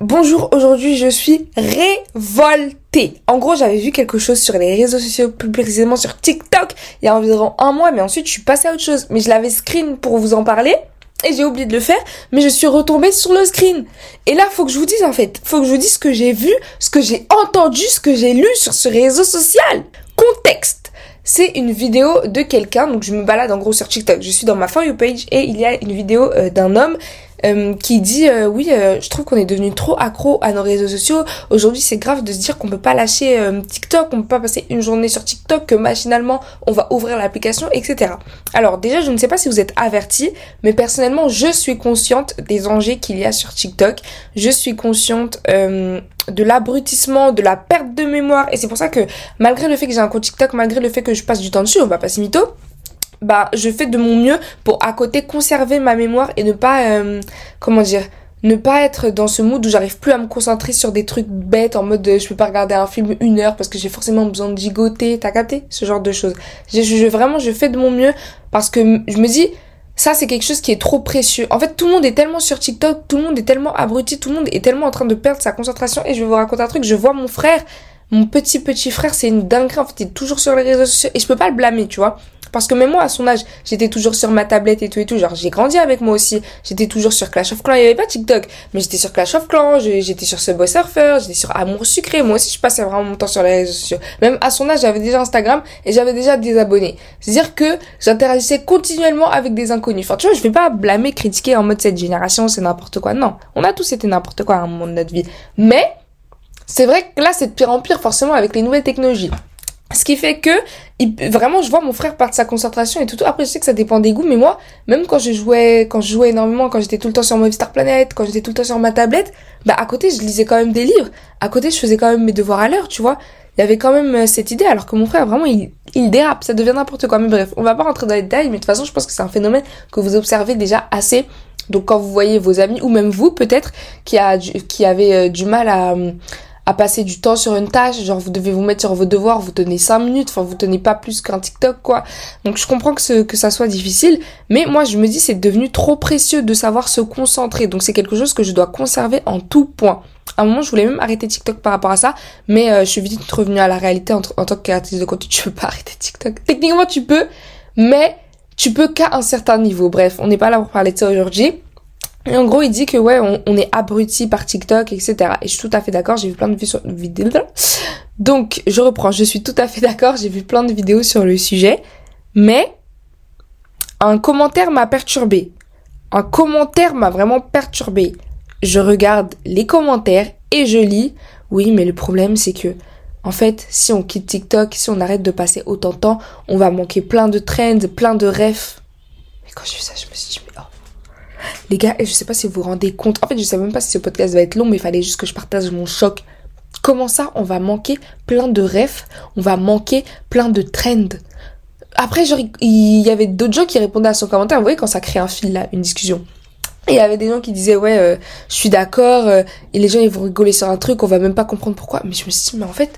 Bonjour, aujourd'hui je suis révoltée. En gros, j'avais vu quelque chose sur les réseaux sociaux, plus précisément sur TikTok, il y a environ un mois, mais ensuite je suis passée à autre chose. Mais je l'avais screen pour vous en parler, et j'ai oublié de le faire, mais je suis retombée sur le screen. Et là, faut que je vous dise en fait, faut que je vous dise ce que j'ai vu, ce que j'ai entendu, ce que j'ai lu sur ce réseau social. Contexte. C'est une vidéo de quelqu'un, donc je me balade en gros sur TikTok, je suis dans ma For You page et il y a une vidéo d'un homme qui dit je trouve qu'on est devenu trop accro à nos réseaux sociaux. Aujourd'hui c'est grave de se dire qu'on peut pas lâcher TikTok, on peut pas passer une journée sur TikTok, que machinalement on va ouvrir l'application, etc. Alors déjà je ne sais pas si vous êtes avertis, mais personnellement je suis consciente des dangers qu'il y a sur TikTok. Je suis consciente de l'abrutissement, de la perte de mémoire, et c'est pour ça que malgré le fait que j'ai un compte TikTok, malgré le fait que je passe du temps dessus, on va pas se mytho, je fais de mon mieux pour à côté conserver ma mémoire et ne pas ne pas être dans ce mood où j'arrive plus à me concentrer sur des trucs bêtes en mode je peux pas regarder un film 1 heure parce que j'ai forcément besoin de gigoter, t'as capté? Ce genre de choses. Je fais de mon mieux parce que je me dis ça c'est quelque chose qui est trop précieux. En fait tout le monde est tellement sur TikTok, tout le monde est tellement abruti, tout le monde est tellement en train de perdre sa concentration. Et je vais vous raconter un truc, je vois mon frère, mon petit frère, c'est une dinguerie, en fait il est toujours sur les réseaux sociaux et je peux pas le blâmer, tu vois. Parce que même moi, à son âge, j'étais toujours sur ma tablette et tout. Genre, j'ai grandi avec moi aussi. J'étais toujours sur Clash of Clans. Il y avait pas TikTok, mais j'étais sur Clash of Clans. J'étais sur Subway Surfer. J'étais sur Amour Sucré. Moi aussi, je passais vraiment mon temps sur les réseaux sociaux. Même à son âge, j'avais déjà Instagram et j'avais déjà des abonnés. C'est-à-dire que j'interagissais continuellement avec des inconnus. Enfin, tu vois, je vais pas blâmer, critiquer en mode cette génération, c'est n'importe quoi. Non. On a tous été n'importe quoi à un moment de notre vie. Mais, c'est vrai que là, c'est de pire en pire, forcément, avec les nouvelles technologies. Ce qui fait que, vraiment, je vois mon frère perdre sa concentration et tout. Après, je sais que ça dépend des goûts, mais moi, même quand je jouais énormément, quand j'étais tout le temps sur Movistar Planet, quand j'étais tout le temps sur ma tablette, à côté, je lisais quand même des livres. À côté, je faisais quand même mes devoirs à l'heure, tu vois. Il y avait quand même cette idée, alors que mon frère, vraiment, il dérape, ça devient n'importe quoi. Mais bref, on va pas rentrer dans les détails, mais de toute façon, je pense que c'est un phénomène que vous observez déjà assez. Donc, quand vous voyez vos amis, ou même vous, peut-être, qui avez du mal à passer du temps sur une tâche, genre vous devez vous mettre sur vos devoirs, vous tenez 5 minutes, enfin vous tenez pas plus qu'un TikTok quoi. Donc je comprends que ça soit difficile, mais moi je me dis c'est devenu trop précieux de savoir se concentrer, donc c'est quelque chose que je dois conserver en tout point. À un moment je voulais même arrêter TikTok par rapport à ça, mais je suis vite revenue à la réalité en tant que créatrice de contenu, tu peux pas arrêter TikTok. Techniquement tu peux, mais tu peux qu'à un certain niveau. Bref, on n'est pas là pour parler de ça aujourd'hui. Et en gros, il dit que on est abruti par TikTok, etc. Et je suis tout à fait d'accord, j'ai vu plein de vidéos. Donc, je reprends, je suis tout à fait d'accord, j'ai vu plein de vidéos sur le sujet. Mais, un commentaire m'a perturbée. Un commentaire m'a vraiment perturbée. Je regarde les commentaires et je lis. Oui, mais le problème, c'est que, en fait, si on quitte TikTok, si on arrête de passer autant de temps, on va manquer plein de trends, plein de refs. Mais quand j'ai vu ça, je me suis dit, mais oh. Les gars, je sais pas si vous vous rendez compte. En fait, je sais même pas si ce podcast va être long, mais il fallait juste que je partage mon choc. Comment ça, on va manquer plein de refs, on va manquer plein de trends. Après, genre, il y avait d'autres gens qui répondaient à son commentaire. Vous voyez, quand ça crée un fil, là, une discussion. Et il y avait des gens qui disaient, je suis d'accord, et les gens, ils vont rigoler sur un truc, on va même pas comprendre pourquoi. Mais je me suis dit, mais en fait,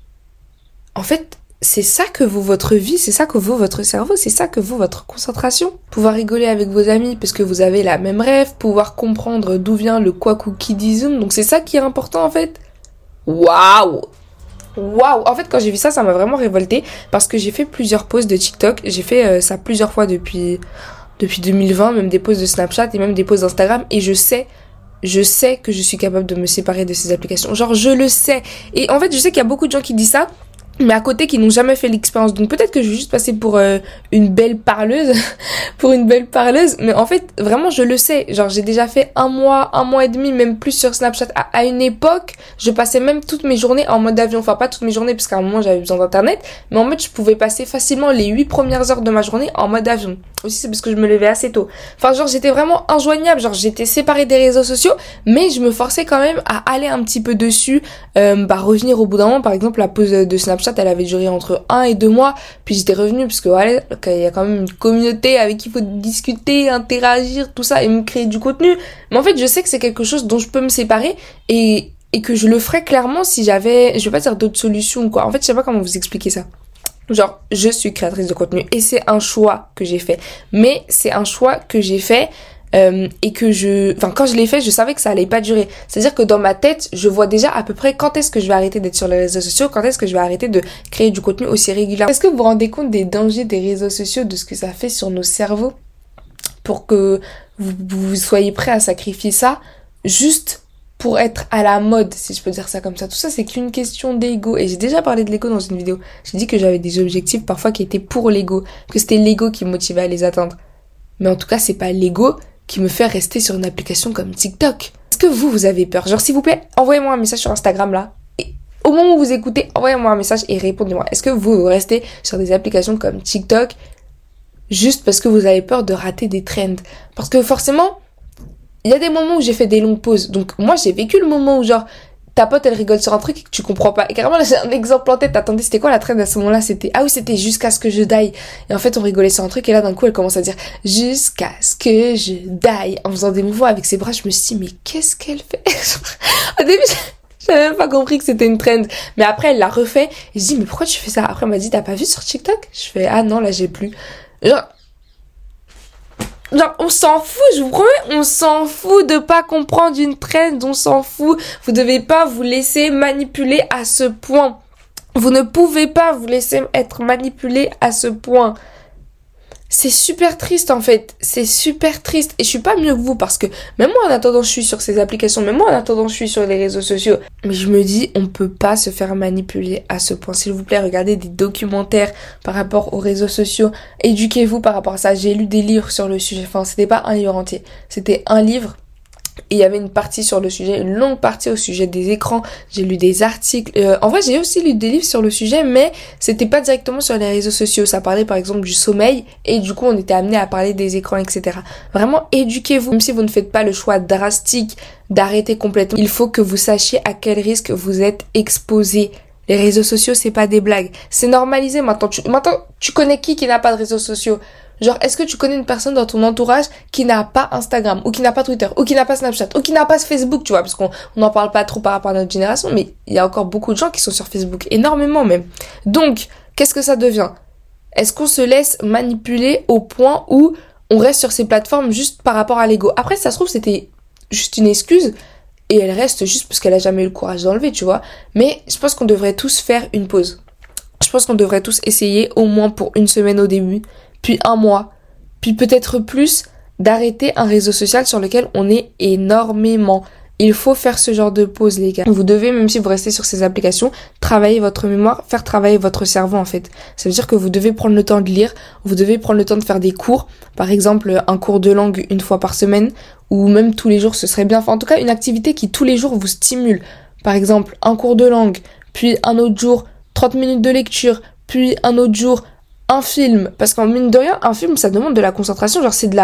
c'est ça que vaut votre vie, c'est ça que vaut votre cerveau, c'est ça que vaut votre concentration. Pouvoir rigoler avec vos amis parce que vous avez la même rêve, pouvoir comprendre d'où vient le quackoukidizoom, donc c'est ça qui est important en fait. Waouh! En fait, quand j'ai vu ça, ça m'a vraiment révoltée parce que j'ai fait plusieurs posts de TikTok, j'ai fait ça plusieurs fois depuis 2020, même des posts de Snapchat et même des posts d'Instagram, et je sais que je suis capable de me séparer de ces applications. Genre, je le sais. Et en fait, je sais qu'il y a beaucoup de gens qui disent ça, mais à côté qui n'ont jamais fait l'expérience. Donc peut-être que je vais juste passer pour une belle parleuse mais en fait vraiment je le sais. Genre j'ai déjà fait un mois et demi, même plus sur Snapchat. À une époque je passais même toutes mes journées en mode avion. Enfin pas toutes mes journées parce qu'à un moment j'avais besoin d'internet, mais en mode je pouvais passer facilement les 8 premières heures de ma journée en mode avion. Aussi c'est parce que je me levais assez tôt. Enfin genre j'étais vraiment injoignable, genre j'étais séparée des réseaux sociaux, mais je me forçais quand même à aller un petit peu dessus, revenir au bout d'un moment. Par exemple la pause de Snapchat elle avait duré entre 1 et 2 mois, puis j'étais revenue parce que voilà, il y a quand même une communauté avec qui il faut discuter, interagir, tout ça, et me créer du contenu. Mais en fait, je sais que c'est quelque chose dont je peux me séparer et que je le ferais clairement si j'avais, je vais pas dire d'autres solutions ou quoi. En fait, je sais pas comment vous expliquer ça. Genre, je suis créatrice de contenu et c'est un choix que j'ai fait. Mais c'est un choix que j'ai fait et que quand je l'ai fait, je savais que ça allait pas durer. C'est-à-dire que dans ma tête, je vois déjà à peu près quand est-ce que je vais arrêter d'être sur les réseaux sociaux, quand est-ce que je vais arrêter de créer du contenu aussi régulièrement. Est-ce que vous vous rendez compte des dangers des réseaux sociaux, de ce que ça fait sur nos cerveaux, pour que vous soyez prêts à sacrifier ça juste pour être à la mode, si je peux dire ça comme ça. Tout ça, c'est qu'une question d'ego. Et j'ai déjà parlé de l'ego dans une vidéo. J'ai dit que j'avais des objectifs parfois qui étaient pour l'ego, que c'était l'ego qui me motivait à les atteindre. Mais en tout cas, c'est pas l'ego qui me fait rester sur une application comme TikTok. Est-ce que vous avez peur? Genre, s'il vous plaît, envoyez-moi un message sur Instagram, là. Et au moment où vous écoutez, envoyez-moi un message et répondez-moi. Est-ce que vous restez sur des applications comme TikTok juste parce que vous avez peur de rater des trends? Parce que forcément, il y a des moments où j'ai fait des longues pauses. Donc, moi, j'ai vécu le moment où, genre, ta pote, elle rigole sur un truc et que tu comprends pas. Et carrément, là, j'ai un exemple en tête. Attendez, c'était quoi la trend à ce moment-là? C'était jusqu'à ce que je die. Et en fait, on rigolait sur un truc et là, d'un coup, elle commence à dire jusqu'à ce que je die. En faisant des mouvements avec ses bras, je me suis dit, mais qu'est-ce qu'elle fait? Au début, j'avais même pas compris que c'était une trend. Mais après, elle l'a refait. Et je dis, mais pourquoi tu fais ça? Après, elle m'a dit, t'as pas vu sur TikTok? Je fais, ah non, là, j'ai plus. Genre, on s'en fout, je vous promets, on s'en fout de pas comprendre une trend, on s'en fout. Vous devez pas vous laisser manipuler à ce point. Vous ne pouvez pas vous laisser être manipulé à ce point. C'est super triste en fait, c'est super triste. Et je suis pas mieux que vous parce que même moi en attendant je suis sur ces applications, même moi en attendant je suis sur les réseaux sociaux. Mais je me dis on peut pas se faire manipuler à ce point. S'il vous plaît, regardez des documentaires par rapport aux réseaux sociaux. Éduquez-vous par rapport à ça. J'ai lu des livres sur le sujet. Enfin c'était pas un livre entier, c'était un livre. Et il y avait une partie sur le sujet, une longue partie au sujet des écrans. J'ai lu des articles. En vrai, j'ai aussi lu des livres sur le sujet, mais c'était pas directement sur les réseaux sociaux. Ça parlait par exemple du sommeil et du coup, on était amené à parler des écrans, etc. Vraiment, éduquez-vous. Même si vous ne faites pas le choix drastique d'arrêter complètement, il faut que vous sachiez à quel risque vous êtes exposé. Les réseaux sociaux, c'est pas des blagues. C'est normalisé maintenant. Tu connais qui n'a pas de réseaux sociaux? Genre, est-ce que tu connais une personne dans ton entourage qui n'a pas Instagram, ou qui n'a pas Twitter, ou qui n'a pas Snapchat, ou qui n'a pas Facebook, tu vois, parce qu'on n'en parle pas trop par rapport à notre génération, mais il y a encore beaucoup de gens qui sont sur Facebook, énormément même. Donc, qu'est-ce que ça devient? Est-ce qu'on se laisse manipuler au point où on reste sur ces plateformes juste par rapport à l'ego? Après, ça se trouve, c'était juste une excuse, et elle reste juste parce qu'elle a jamais eu le courage d'enlever, tu vois. Mais je pense qu'on devrait tous faire une pause. Je pense qu'on devrait tous essayer, au moins pour une semaine au début, puis un mois, puis peut-être plus, d'arrêter un réseau social sur lequel on est énormément. Il faut faire ce genre de pause, les gars. Vous devez, même si vous restez sur ces applications, travailler votre mémoire, faire travailler votre cerveau, en fait. Ça veut dire que vous devez prendre le temps de lire, vous devez prendre le temps de faire des cours. Par exemple, un cours de langue une fois par semaine, ou même tous les jours, ce serait bien. Enfin, en tout cas, une activité qui tous les jours vous stimule. Par exemple, un cours de langue, puis un autre jour, 30 minutes de lecture, puis un autre jour, un film, parce qu'en mine de rien, un film, ça demande de la concentration, genre c'est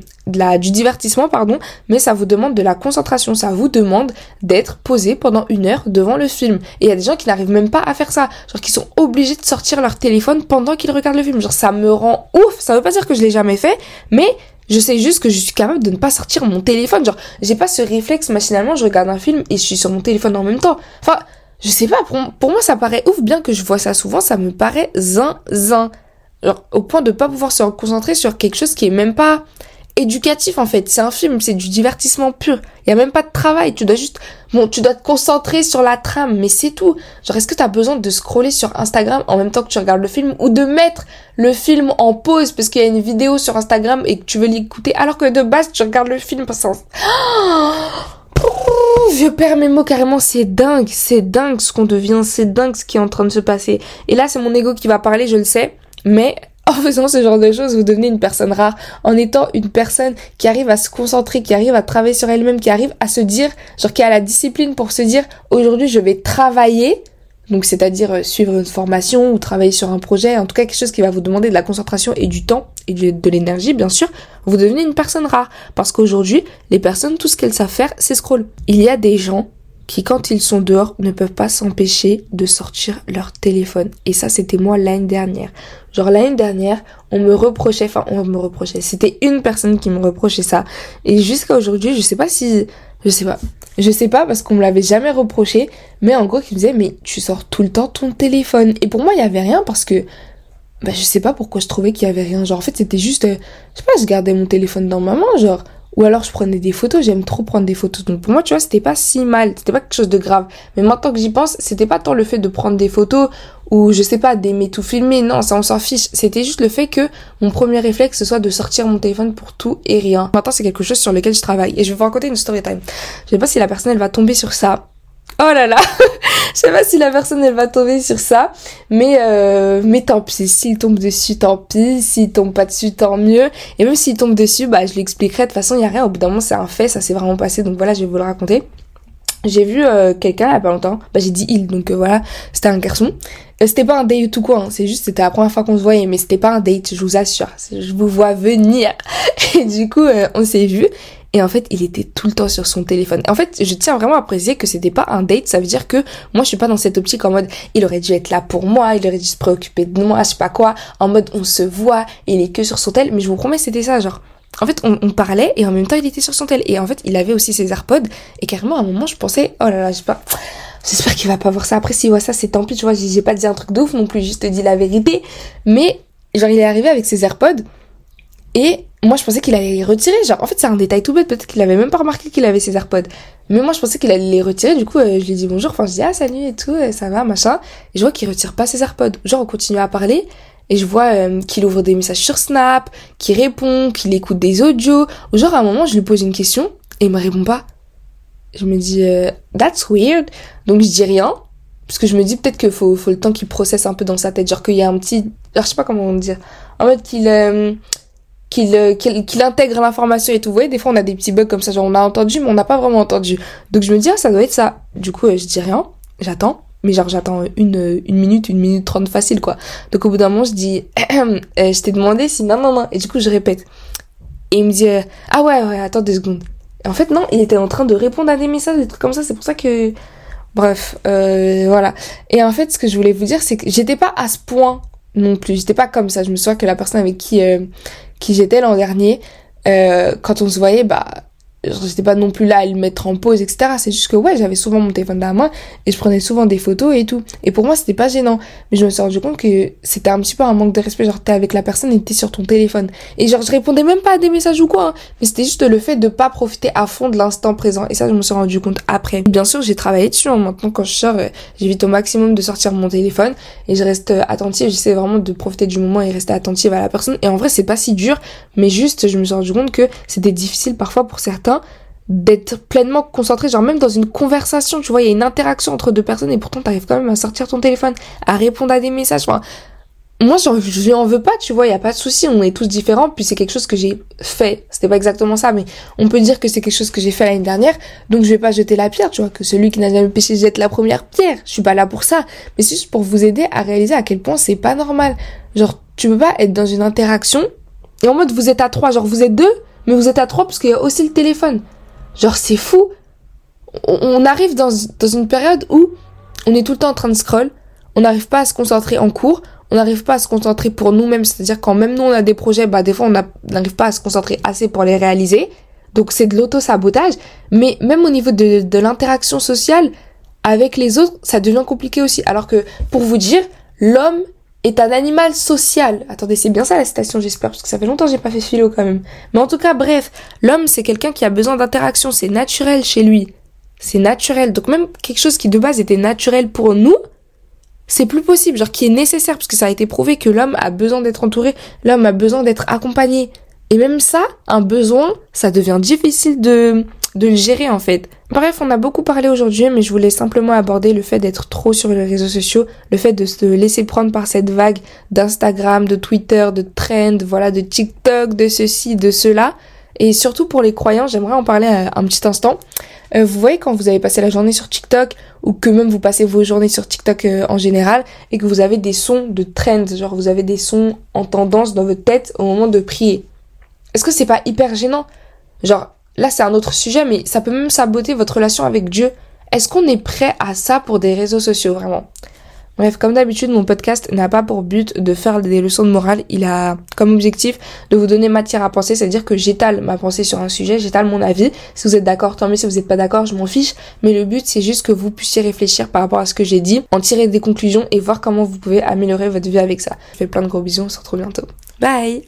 du divertissement, pardon, mais ça vous demande de la concentration, ça vous demande d'être posé pendant 1 heure devant le film. Et il y a des gens qui n'arrivent même pas à faire ça, genre qui sont obligés de sortir leur téléphone pendant qu'ils regardent le film, genre ça me rend ouf. Ça veut pas dire que je l'ai jamais fait, mais je sais juste que je suis capable de ne pas sortir mon téléphone, genre j'ai pas ce réflexe machinalement, je regarde un film et je suis sur mon téléphone en même temps. Enfin, je sais pas, pour moi ça paraît ouf, bien que je vois ça souvent, ça me paraît zinzin. Genre, au point de pas pouvoir se concentrer sur quelque chose qui est même pas éducatif, en fait. C'est un film, c'est du divertissement pur. Il y a même pas de travail. Tu dois te concentrer sur la trame, mais c'est tout. Genre, est-ce que t'as besoin de scroller sur Instagram en même temps que tu regardes le film, ou de mettre le film en pause parce qu'il y a une vidéo sur Instagram et que tu veux l'écouter, alors que de base, tu regardes le film parce que je perds mes mots carrément, c'est dingue ce qu'on devient, c'est dingue ce qui est en train de se passer. Et là, c'est mon ego qui va parler, je le sais. Mais en faisant ce genre de choses, vous devenez une personne rare. En étant une personne qui arrive à se concentrer, qui arrive à travailler sur elle-même, qui arrive à se dire, genre qui a la discipline pour se dire, aujourd'hui je vais travailler. Donc c'est-à-dire suivre une formation ou travailler sur un projet, en tout cas quelque chose qui va vous demander de la concentration et du temps et de l'énergie bien sûr. Vous devenez une personne rare. Parce qu'aujourd'hui, les personnes, tout ce qu'elles savent faire, c'est scroll. Il y a des gens qui, quand ils sont dehors, ne peuvent pas s'empêcher de sortir leur téléphone. Et ça, c'était moi l'année dernière. Genre l'année dernière, on me reprochait, c'était une personne qui me reprochait ça. Et jusqu'à aujourd'hui, je sais pas parce qu'on me l'avait jamais reproché, mais en gros, qui me disait, mais tu sors tout le temps ton téléphone. Et pour moi, il y avait rien parce que, je sais pas pourquoi je trouvais qu'il y avait rien. Genre, en fait, c'était juste, je sais pas, je gardais mon téléphone dans ma main, genre, Ou alors je prenais des photos, j'aime trop prendre des photos. Donc pour moi, tu vois, c'était pas si mal, c'était pas quelque chose de grave. Mais maintenant que j'y pense, c'était pas tant le fait de prendre des photos ou je sais pas, d'aimer tout filmer. Non, ça on s'en fiche. C'était juste le fait que mon premier réflexe ce soit de sortir mon téléphone pour tout et rien. Maintenant, c'est quelque chose sur lequel je travaille. Et je vais vous raconter une story time. Je sais pas si la personne elle va tomber sur ça. Oh là là, je sais pas si la personne elle va tomber sur ça, mais tant pis, s'il tombe dessus tant pis, s'il tombe pas dessus tant mieux, et même s'il tombe dessus, bah je l'expliquerai, de toute façon il y a rien, au bout d'un moment c'est un fait, ça s'est vraiment passé, donc voilà je vais vous le raconter. J'ai vu quelqu'un il y a pas longtemps, bah j'ai dit il, donc voilà, c'était un garçon, c'était pas un date ou quoi, hein, c'est juste c'était la première fois qu'on se voyait, mais c'était pas un date, je vous assure, je vous vois venir, et du coup on s'est vu. Et en fait, il était tout le temps sur son téléphone. Et en fait, je tiens vraiment à préciser que c'était pas un date. Ça veut dire que moi, je suis pas dans cette optique en mode, il aurait dû être là pour moi, il aurait dû se préoccuper de moi, je sais pas quoi. En mode, on se voit, il est que sur son tel. Mais je vous promets, c'était ça, genre. En fait, on parlait et en même temps, il était sur son tel. Et en fait, il avait aussi ses AirPods. Et carrément, à un moment, je pensais, oh là là, je sais pas, j'espère qu'il va pas voir ça. Après, s'il voit ça, c'est tant pis, tu vois. J'ai pas dit un truc de ouf non plus, juste dit la vérité. Mais, genre, il est arrivé avec ses AirPods. Et moi, je pensais qu'il allait les retirer. Genre, en fait, c'est un détail tout bête. Peut-être qu'il avait même pas remarqué qu'il avait ses AirPods. Mais moi, je pensais qu'il allait les retirer. Du coup, je lui ai dit bonjour. Enfin, je dis, ah, salut et tout, ça va, machin. Et je vois qu'il retire pas ses AirPods. Genre, on continue à parler. Et je vois qu'il ouvre des messages sur Snap, qu'il répond, qu'il écoute des audios. Ou genre, à un moment, je lui pose une question et il me répond pas. Je me dis, that's weird. Donc, je dis rien. Parce que je me dis peut-être qu'il faut le temps qu'il processe un peu dans sa tête. Genre, qu'il y a un petit... Alors, je sais pas comment dire. En mode qu'il intègre l'information et tout. Vous voyez, des fois, on a des petits bugs comme ça. Genre, on a entendu, mais on n'a pas vraiment entendu. Donc, je me dis, ah, ça doit être ça. Du coup, je dis rien. J'attends. Mais genre, j'attends une minute 30 facile, quoi. Donc, au bout d'un moment, je dis, je t'ai demandé si non. Et du coup, je répète. Et il me dit, ah ouais, attends 2 secondes. Et en fait, non, il était en train de répondre à des messages, des trucs comme ça. C'est pour ça que... Bref, voilà. Et en fait, ce que je voulais vous dire, c'est que j'étais pas à ce point non plus. J'étais pas comme ça. Je me souviens que la personne avec qui j'étais l'an dernier, quand on se voyait, bah, j'étais pas non plus là à le mettre en pause, etc. C'est juste que ouais, j'avais souvent mon téléphone dans la main et je prenais souvent des photos et tout. Et pour moi, c'était pas gênant. Mais je me suis rendu compte que c'était un petit peu un manque de respect. Genre, t'es avec la personne et t'es sur ton téléphone. Et genre, je répondais même pas à des messages ou quoi, hein. Mais c'était juste le fait de pas profiter à fond de l'instant présent. Et ça, je me suis rendu compte après. Bien sûr, j'ai travaillé dessus, hein. Maintenant, quand je sors, j'évite au maximum de sortir mon téléphone et je reste attentive. J'essaie vraiment de profiter du moment et rester attentive à la personne. Et en vrai, c'est pas si dur. Mais juste, je me suis rendu compte que c'était difficile parfois pour certains d'être pleinement concentré, genre même dans une conversation, tu vois, il y a une interaction entre 2 personnes et pourtant t'arrives quand même à sortir ton téléphone, à répondre à des messages. Enfin, moi je lui en veux pas, tu vois, il y a pas de souci, on est tous différents, puis c'est quelque chose que j'ai fait, c'était pas exactement ça, mais on peut dire que c'est quelque chose que j'ai fait l'année dernière, donc je vais pas jeter la pierre, tu vois, que celui qui n'a jamais péché jette la première pierre, je suis pas là pour ça, mais c'est juste pour vous aider à réaliser à quel point c'est pas normal. Genre, tu peux pas être dans une interaction et en mode vous êtes à 3, genre vous êtes 2, mais vous êtes à 3 parce qu'il y a aussi le téléphone. Genre, c'est fou. On arrive dans une période où on est tout le temps en train de scroll, on n'arrive pas à se concentrer en cours, on n'arrive pas à se concentrer pour nous-mêmes, c'est-à-dire quand même nous on a des projets, bah des fois on n'arrive pas à se concentrer assez pour les réaliser, donc c'est de l'auto-sabotage, mais même au niveau de l'interaction sociale avec les autres, ça devient compliqué aussi, alors que, pour vous dire, l'homme est un animal social. Attendez, c'est bien ça la citation, j'espère, parce que ça fait longtemps que j'ai pas fait philo quand même. Mais en tout cas, bref, l'homme c'est quelqu'un qui a besoin d'interaction, c'est naturel chez lui. C'est naturel. Donc même quelque chose qui de base était naturel pour nous, c'est plus possible, genre qui est nécessaire, parce que ça a été prouvé que l'homme a besoin d'être entouré, l'homme a besoin d'être accompagné. Et même ça, un besoin, ça devient difficile de le gérer en fait. Bref, on a beaucoup parlé aujourd'hui, mais je voulais simplement aborder le fait d'être trop sur les réseaux sociaux, le fait de se laisser prendre par cette vague d'Instagram, de Twitter, de trend, voilà, de TikTok, de ceci, de cela. Et surtout pour les croyants, j'aimerais en parler un petit instant. Vous voyez quand vous avez passé la journée sur TikTok, ou que même vous passez vos journées sur TikTok en général, et que vous avez des sons de trend, genre vous avez des sons en tendance dans votre tête au moment de prier. Est-ce que c'est pas hyper gênant? Genre, là c'est un autre sujet, mais ça peut même saboter votre relation avec Dieu. Est-ce qu'on est prêt à ça pour des réseaux sociaux, vraiment? Bref, comme d'habitude, mon podcast n'a pas pour but de faire des leçons de morale. Il a comme objectif de vous donner matière à penser, c'est-à-dire que j'étale ma pensée sur un sujet, j'étale mon avis. Si vous êtes d'accord, tant mieux. Si vous n'êtes pas d'accord, je m'en fiche. Mais le but, c'est juste que vous puissiez réfléchir par rapport à ce que j'ai dit, en tirer des conclusions et voir comment vous pouvez améliorer votre vie avec ça. Je fais plein de gros bisous, on se retrouve bientôt. Bye!